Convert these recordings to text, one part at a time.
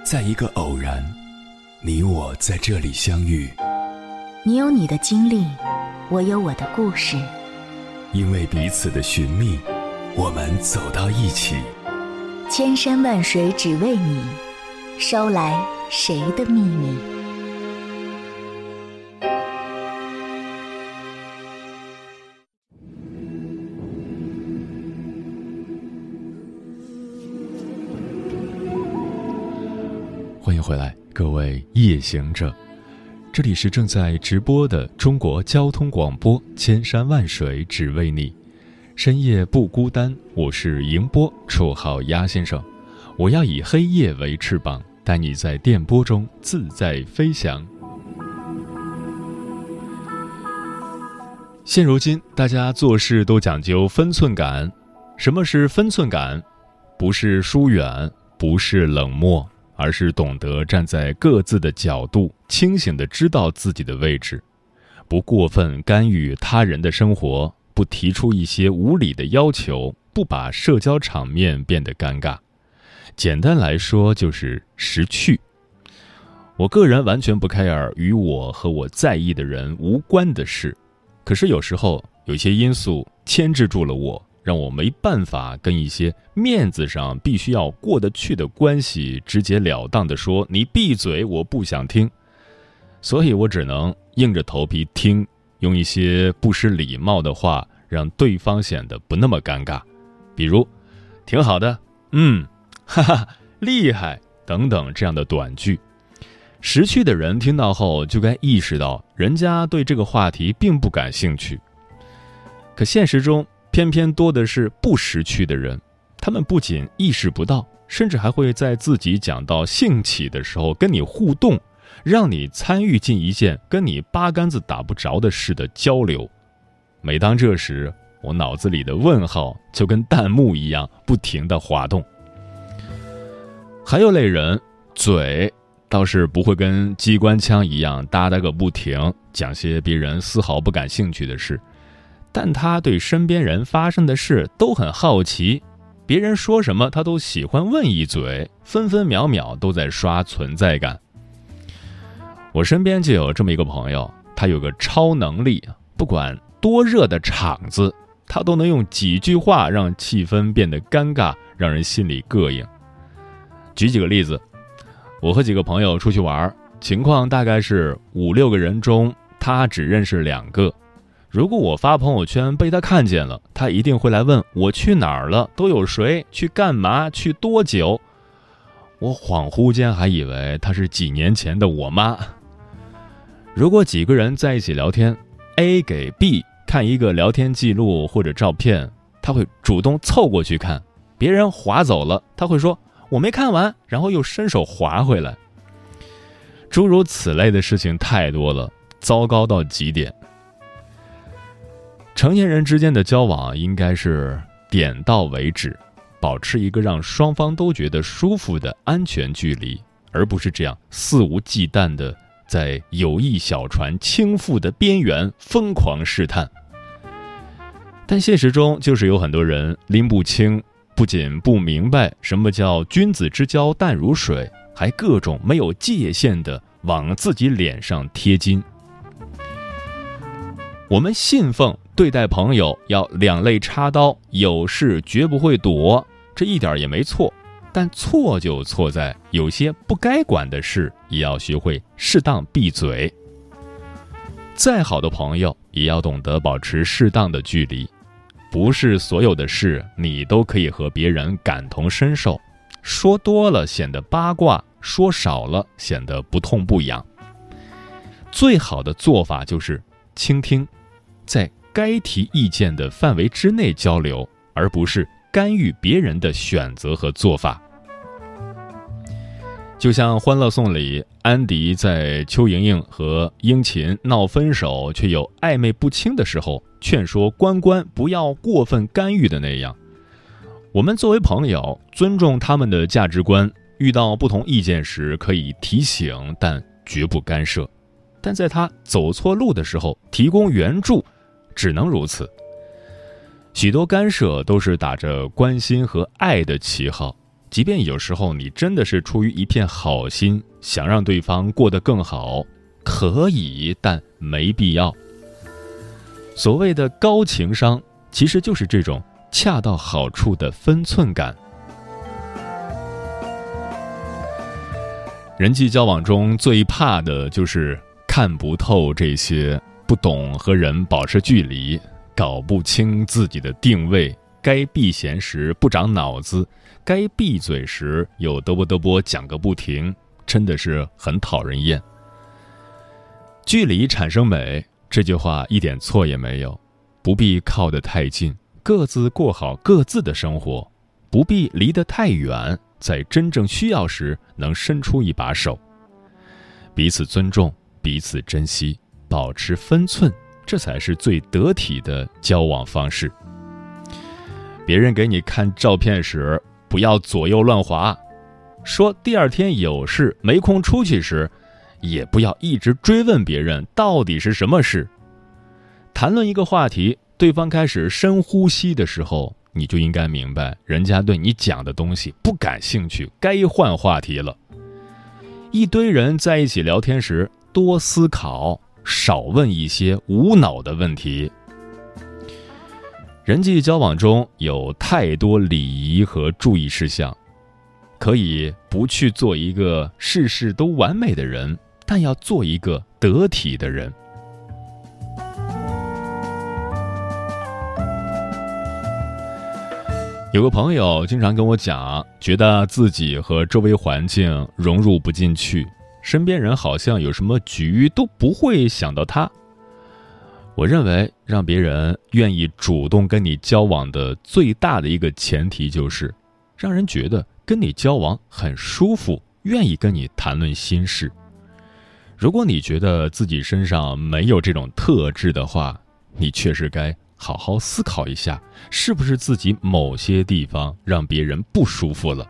在一个偶然，你我在这里相遇。 你有你的经历，我有我的故事。 因为彼此的寻觅，我们走到一起。 千山万水只为你，捎来谁的秘密？ 欢迎回来，各位夜行者，这里是正在直播的中国交通广播，千山万水只为你，深夜不孤单。我是迎波，绰号鸭先生。我要以黑夜为翅膀，带你在电波中自在飞翔。现如今，大家做事都讲究分寸感。什么是分寸感？不是疏远，不是冷漠，而是懂得站在各自的角度，清醒地知道自己的位置，不过分干预他人的生活，不提出一些无理的要求，不把社交场面变得尴尬。简单来说就是识趣。我个人完全不 care 与我和我在意的人无关的事，可是有时候有些因素牵制住了我，让我没办法跟一些面子上必须要过得去的关系直截了当地说你闭嘴，我不想听。所以我只能硬着头皮听，用一些不失礼貌的话让对方显得不那么尴尬，比如挺好的，哈哈，厉害等等这样的短句。识趣的人听到后就该意识到人家对这个话题并不感兴趣。可现实中偏偏多的是不识趣的人，他们不仅意识不到，甚至还会在自己讲到兴起的时候跟你互动，让你参与进一件跟你八竿子打不着的事的交流。每当这时，我脑子里的问号就跟弹幕一样不停地滑动。还有类人，嘴倒是不会跟机关枪一样哒哒个不停，讲些别人丝毫不感兴趣的事，但他对身边人发生的事都很好奇，别人说什么他都喜欢问一嘴，分分秒秒都在刷存在感。我身边就有这么一个朋友，他有个超能力，不管多热的场子，他都能用几句话让气氛变得尴尬，让人心里膈应。举几个例子，我和几个朋友出去玩，情况大概是5-6个人中他只认识2个。如果我发朋友圈被他看见了，他一定会来问我去哪儿了，都有谁，去干嘛，去多久。我恍惚间还以为他是几年前的我妈。如果几个人在一起聊天， A 给 B 看一个聊天记录或者照片，他会主动凑过去看，别人划走了，他会说我没看完，然后又伸手划回来。诸如此类的事情太多了，糟糕到极点。成年人之间的交往应该是点到为止，保持一个让双方都觉得舒服的安全距离，而不是这样肆无忌惮地在友谊小船倾覆的边缘疯狂试探。但现实中就是有很多人拎不清，不仅不明白什么叫君子之交淡如水，还各种没有界限地往自己脸上贴金。我们信奉对待朋友要两肋插刀，有事绝不会躲，这一点也没错，但错就错在有些不该管的事也要学会适当闭嘴。再好的朋友也要懂得保持适当的距离，不是所有的事你都可以和别人感同身受，说多了显得八卦，说少了显得不痛不痒。最好的做法就是倾听，在该提意见的范围之内交流，而不是干预别人的选择和做法。就像《欢乐颂》里安迪在邱莹莹和英琴闹分手却又暧昧不清的时候劝说关关不要过分干预的那样，我们作为朋友尊重他们的价值观，遇到不同意见时可以提醒，但绝不干涉。但在他走错路的时候提供援助，只能如此。许多干涉都是打着关心和爱的旗号， 即便有时候你真的是出于一片好心，想让对方过得更好，可以，但没必要。所谓的高情商，其实就是这种恰到好处的分寸感。人际交往中最怕的就是看不透这些，不懂和人保持距离，搞不清自己的定位，该避嫌时不长脑子，该闭嘴时又嘚啵讲个不停，真的是很讨人厌。距离产生美，这句话一点错也没有，不必靠得太近，各自过好各自的生活，不必离得太远，在真正需要时能伸出一把手。彼此尊重，彼此珍惜，保持分寸，这才是最得体的交往方式。别人给你看照片时，不要左右乱滑，说第二天有事没空出去时，也不要一直追问别人到底是什么事。谈论一个话题，对方开始深呼吸的时候，你就应该明白人家对你讲的东西不感兴趣，该换话题了。一堆人在一起聊天时，多思考，少问一些无脑的问题。人际交往中有太多礼仪和注意事项，可以不去做一个事事都完美的人，但要做一个得体的人。有个朋友经常跟我讲，觉得自己和周围环境融入不进去，身边人好像有什么局都不会想到他。我认为让别人愿意主动跟你交往的最大的一个前提就是让人觉得跟你交往很舒服，愿意跟你谈论心事。如果你觉得自己身上没有这种特质的话，你确实该好好思考一下，是不是自己某些地方让别人不舒服了。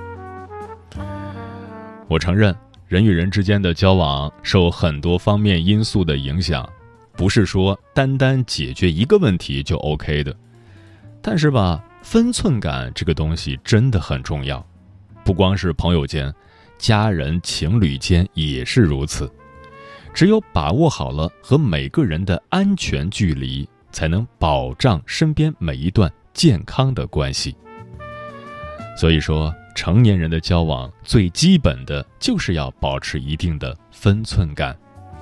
我承认，人与人之间的交往受很多方面因素的影响，不是说单单解决一个问题就 OK 的。但是吧，分寸感这个东西真的很重要，不光是朋友间，家人、情侣间也是如此。只有把握好了和每个人的安全距离，才能保障身边每一段健康的关系。所以说，成年人的交往最基本的就是要保持一定的分寸感。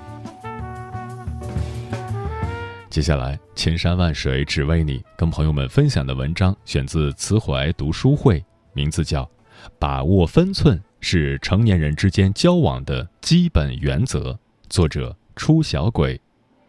接下来，千山万水只为你，跟朋友们分享的文章选自慈怀读书会，名字叫《把握分寸是成年人之间交往的基本原则》，作者初小鬼。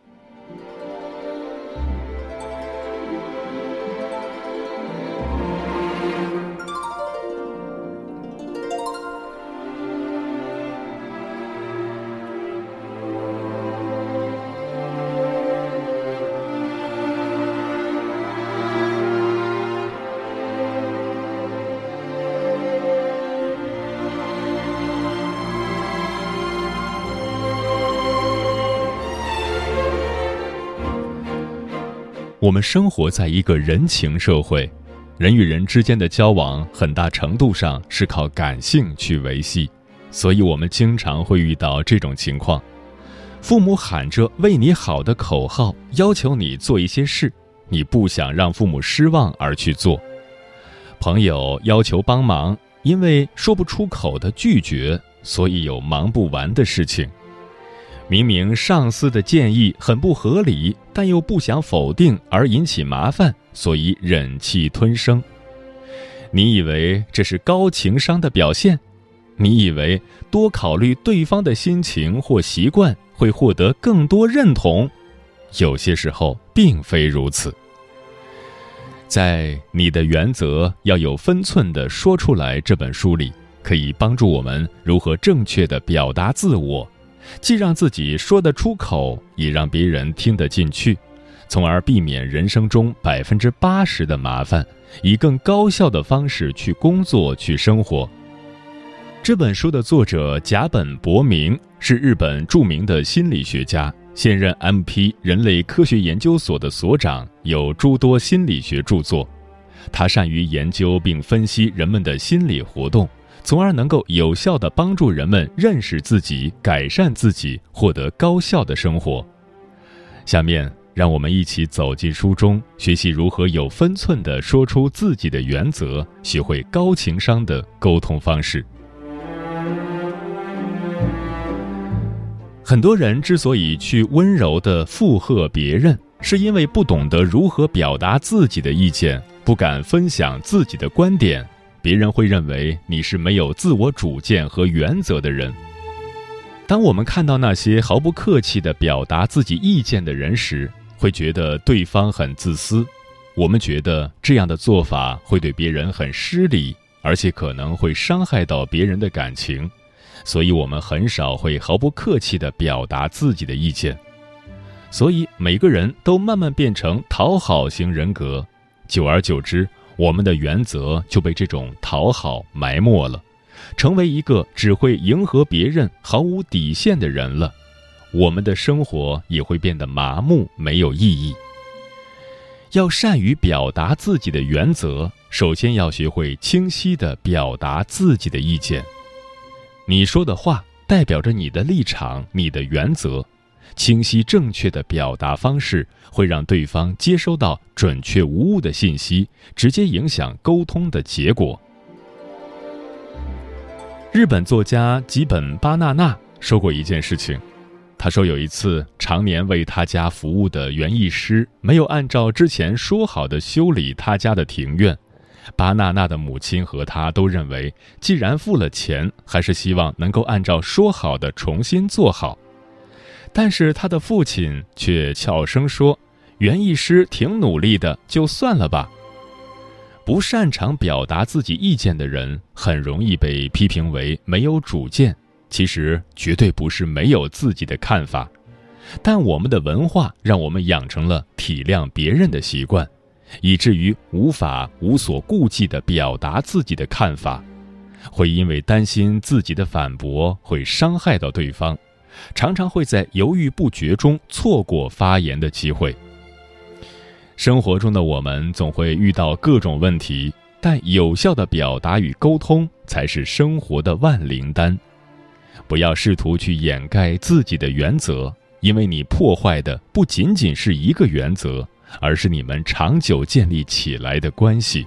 我们生活在一个人情社会，人与人之间的交往很大程度上是靠感性去维系，所以我们经常会遇到这种情况：父母喊着为你好的口号，要求你做一些事，你不想让父母失望而去做；朋友要求帮忙，因为说不出口的拒绝，所以有忙不完的事情。明明上司的建议很不合理，但又不想否定而引起麻烦，所以忍气吞声。你以为这是高情商的表现？你以为多考虑对方的心情或习惯会获得更多认同？有些时候并非如此。在《你的原则要有分寸地说出来》这本书里，可以帮助我们如何正确地表达自我，既让自己说得出口，也让别人听得进去，从而避免人生中80%的麻烦，以更高效的方式去工作、去生活。这本书的作者甲本博明是日本著名的心理学家，现任 MP 人类科学研究所的所长，有诸多心理学著作。 他善于研究并分析人们的心理活动，从而能够有效地帮助人们认识自己、改善自己，获得高效的生活。下面让我们一起走进书中，学习如何有分寸地说出自己的原则，学会高情商的沟通方式。很多人之所以去温柔地附和别人，是因为不懂得如何表达自己的意见，不敢分享自己的观点，别人会认为你是没有自我主见和原则的人。当我们看到那些毫不客气地表达自己意见的人时，会觉得对方很自私，我们觉得这样的做法会对别人很失礼，而且可能会伤害到别人的感情，所以我们很少会毫不客气地表达自己的意见。所以每个人都慢慢变成讨好型人格，久而久之，我们的原则就被这种讨好埋没了，成为一个只会迎合别人、毫无底线的人了。我们的生活也会变得麻木，没有意义。要善于表达自己的原则，首先要学会清晰地表达自己的意见。你说的话代表着你的立场、你的原则，清晰正确的表达方式会让对方接收到准确无误的信息，直接影响沟通的结果。日本作家吉本巴纳纳说过一件事情，他说有一次，常年为他家服务的园艺师没有按照之前说好的修理他家的庭院，巴纳纳的母亲和他都认为，既然付了钱，还是希望能够按照说好的重新做好。但是他的父亲却悄声说，园艺师挺努力的，就算了吧。不擅长表达自己意见的人，很容易被批评为没有主见，其实绝对不是没有自己的看法，但我们的文化让我们养成了体谅别人的习惯，以至于无法无所顾忌地表达自己的看法，会因为担心自己的反驳会伤害到对方，常常会在犹豫不决中错过发言的机会。生活中的我们总会遇到各种问题，但有效的表达与沟通才是生活的万灵丹。不要试图去掩盖自己的原则，因为你破坏的不仅仅是一个原则，而是你们长久建立起来的关系。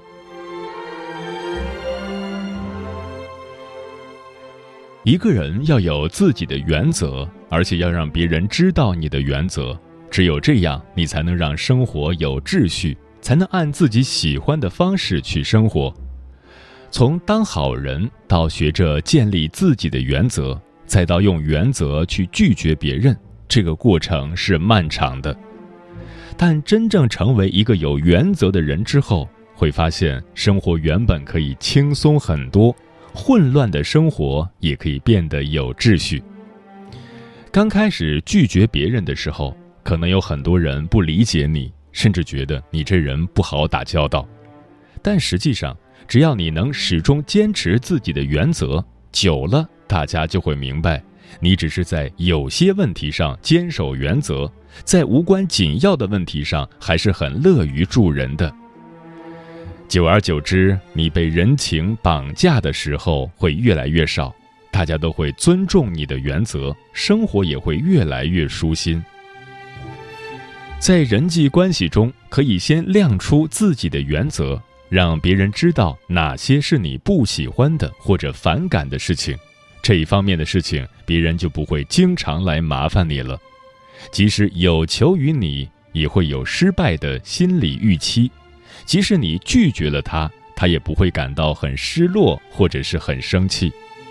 一个人要有自己的原则，而且要让别人知道你的原则，只有这样，你才能让生活有秩序，才能按自己喜欢的方式去生活。从当好人到学着建立自己的原则，再到用原则去拒绝别人，这个过程是漫长的。但真正成为一个有原则的人之后，会发现生活原本可以轻松很多，混乱的生活也可以变得有秩序。刚开始拒绝别人的时候，可能有很多人不理解你，甚至觉得你这人不好打交道。但实际上，只要你能始终坚持自己的原则，久了，大家就会明白，你只是在有些问题上坚守原则，在无关紧要的问题上还是很乐于助人的。久而久之，你被人情绑架的时候会越来越少，大家都会尊重你的原则，生活也会越来越舒心。在人际关系中，可以先亮出自己的原则，让别人知道哪些是你不喜欢的或者反感的事情，这一方面的事情，别人就不会经常来麻烦你了。即使有求于你，也会有失败的心理预期，即使你拒绝了他，他也不会感到很失落或者是很生气。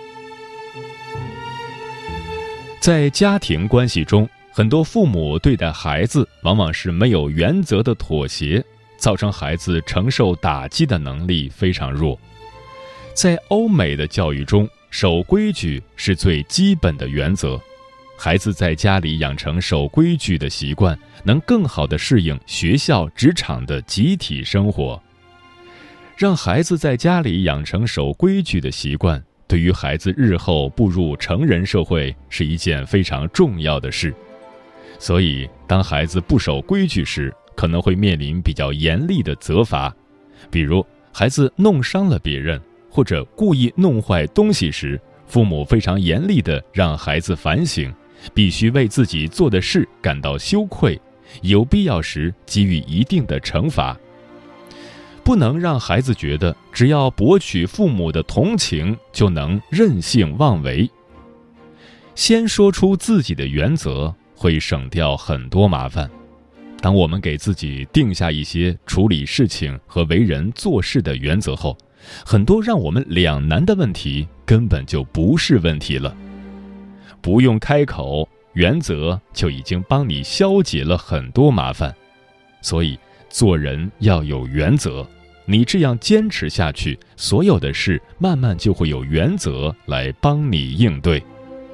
在家庭关系中，很多父母对待孩子往往是没有原则的妥协，造成孩子承受打击的能力非常弱。在欧美的教育中，守规矩是最基本的原则，孩子在家里养成守规矩的习惯，能更好地适应学校、职场的集体生活。让孩子在家里养成守规矩的习惯，对于孩子日后步入成人社会是一件非常重要的事。所以，当孩子不守规矩时，可能会面临比较严厉的责罚， 比如孩子弄伤了别人，或者故意弄坏东西时，父母非常严厉地让孩子反省，必须为自己做的事感到羞愧，有必要时给予一定的惩罚。不能让孩子觉得只要博取父母的同情就能任性妄为。先说出自己的原则，会省掉很多麻烦。当我们给自己定下一些处理事情和为人做事的原则后，很多让我们两难的问题根本就不是问题了。不用开口，原则就已经帮你消解了很多麻烦。所以做人要有原则，你这样坚持下去，所有的事慢慢就会有原则来帮你应对。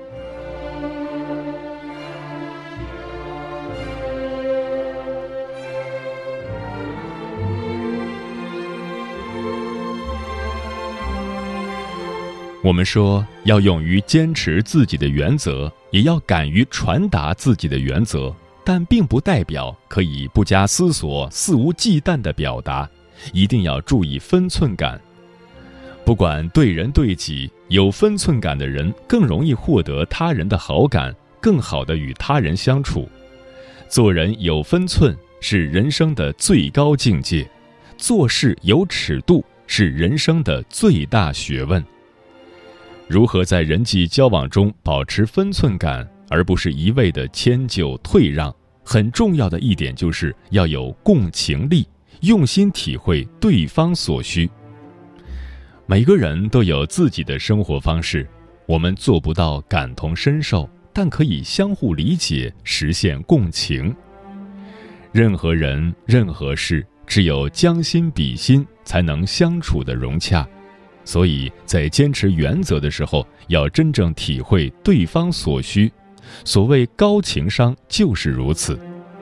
我们说要勇于坚持自己的原则，也要敢于传达自己的原则，但并不代表可以不加思索、肆无忌惮地表达，一定要注意分寸感。不管对人对己，有分寸感的人更容易获得他人的好感，更好地与他人相处。做人有分寸是人生的最高境界，做事有尺度是人生的最大学问。如何在人际交往中保持分寸感，而不是一味的迁就退让，很重要的一点就是要有共情力，用心体会对方所需。每个人都有自己的生活方式，我们做不到感同身受，但可以相互理解，实现共情。任何人任何事，只有将心比心，才能相处得融洽。所以在坚持原则的时候，要真正体会对方所需。所谓高情商就是如此。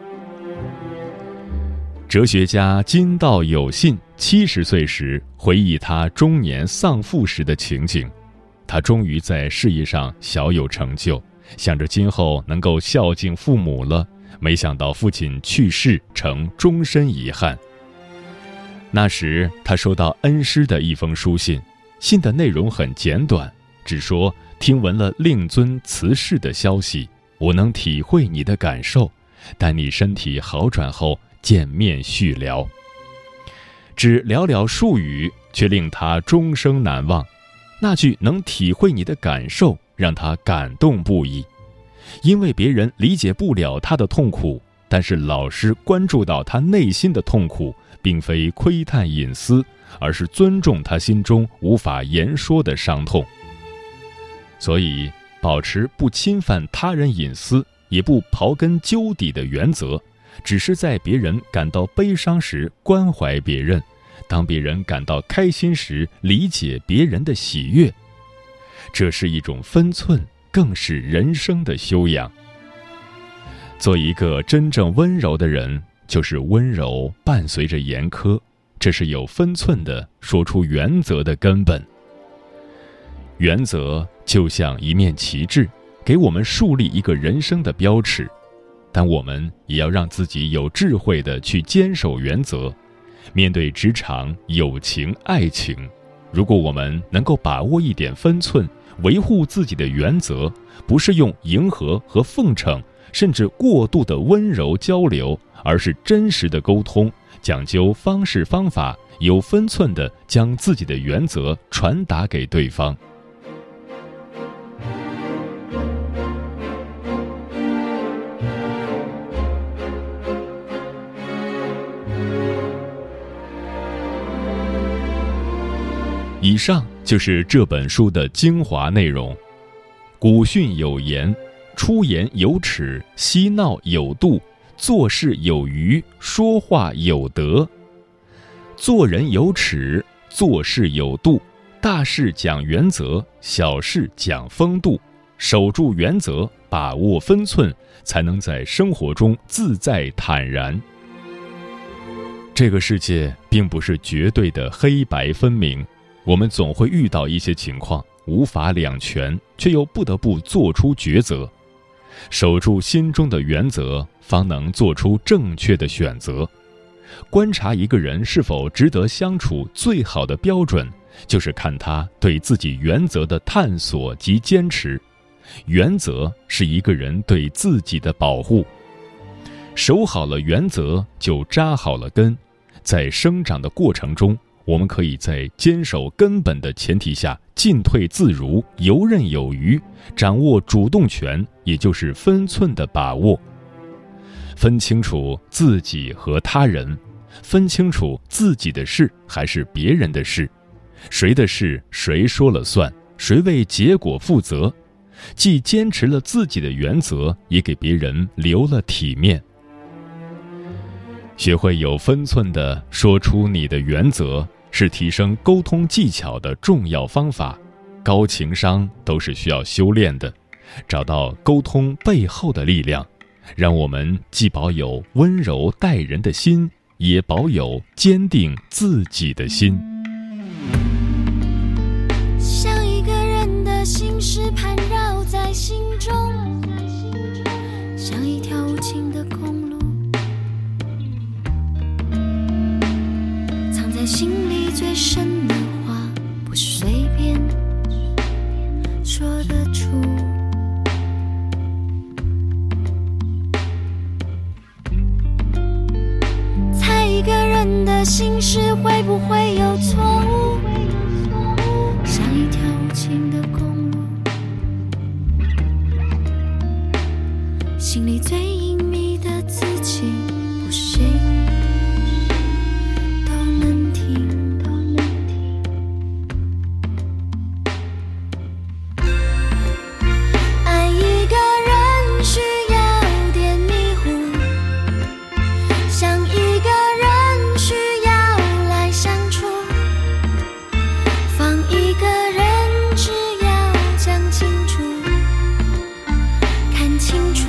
哲学家金道有信70岁时回忆他中年丧父时的情景，他终于在事业上小有成就，想着今后能够孝敬父母了，没想到父亲去世成终身遗憾。那时他收到恩师的一封书信，信的内容很简短，只说听闻了令尊辞世的消息，我能体会你的感受，待你身体好转后见面叙聊。只寥寥数语，却令他终生难忘。那句能体会你的感受，让他感动不已。因为别人理解不了他的痛苦，但是老师关注到他内心的痛苦，并非窥探隐私，而是尊重他心中无法言说的伤痛。所以保持不侵犯他人隐私，也不刨根究底的原则，只是在别人感到悲伤时关怀别人，当别人感到开心时理解别人的喜悦。这是一种分寸，更是人生的修养。做一个真正温柔的人，就是温柔伴随着严苛，这是有分寸的说出原则的根本。原则就像一面旗帜，给我们树立一个人生的标尺，但我们也要让自己有智慧地去坚守原则。面对职场、友情、爱情，如果我们能够把握一点分寸，维护自己的原则，不是用迎合和奉承，甚至过度的温柔交流，而是真实的沟通，讲究方式方法，有分寸地将自己的原则传达给对方。以上就是这本书的精华内容。古训有言：出言有尺，嬉闹有度，做事有余，说话有德。做人有尺，做事有度，大事讲原则，小事讲风度。守住原则，把握分寸，才能在生活中自在坦然。这个世界并不是绝对的黑白分明，我们总会遇到一些情况，无法两全，却又不得不做出抉择。守住心中的原则，方能做出正确的选择。 观察一个人是否值得相处，最好的标准就是看他对自己原则的探索及坚持。原则是一个人对自己的保护。守好了原则，就扎好了根。在生长的过程中，我们可以在坚守根本的前提下，进退自如，游刃有余，掌握主动权，也就是分寸的把握。分清楚自己和他人，分清楚自己的事还是别人的事，谁的事谁说了算，谁为结果负责，既坚持了自己的原则，也给别人留了体面。学会有分寸地说出你的原则，是提升沟通技巧的重要方法。高情商都是需要修炼的，找到沟通背后的力量，让我们既保有温柔待人的心，也保有坚定自己的心。 像一个人的心事盘绕在心中，像一条无尽的公路，藏在心里最深的话，不是随便说得出。猜一个人的心事会不会有错误，像一条无尽的公路，心里最隐秘的自己，不是谁都能听。爱一个人需要点迷糊，想一个人需要来相处，放一个人只要讲清楚，看清楚。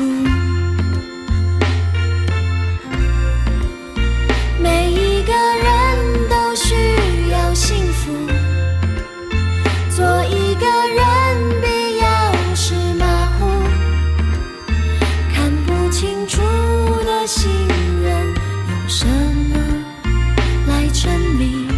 每一个人都需要幸福，做一个人必要是马虎，看不清楚的信任，用什么来证明？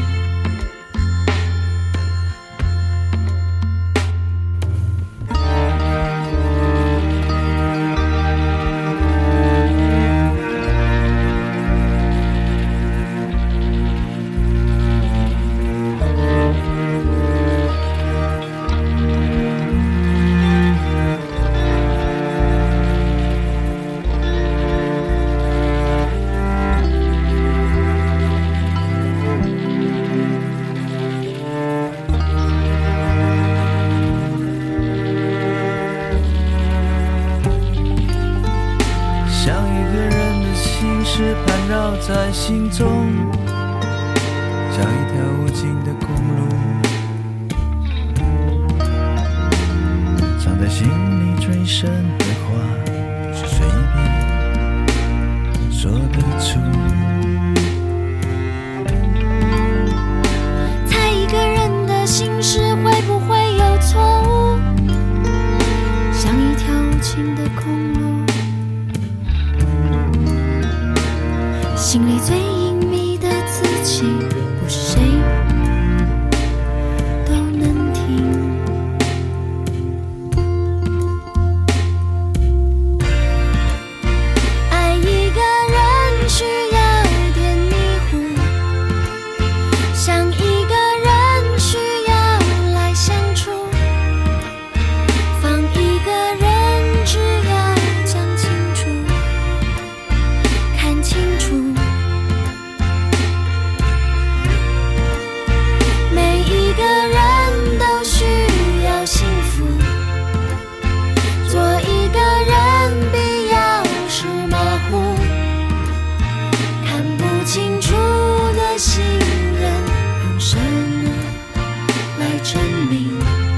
像一个人的心事盘绕在心中，像一条无尽的公路，藏在心里最深的话，是随便说得出。 猜一个人的心事会不会有错误，像一条无尽的公路，心里最隐秘的自己，不是谁都能听。爱一个人需要点迷糊，想一个人需要来相处，放一个人只要讲清楚，看清楚。每一个人都需要幸福，做一个人必要是马虎，看不清楚的信任，用什么来证明？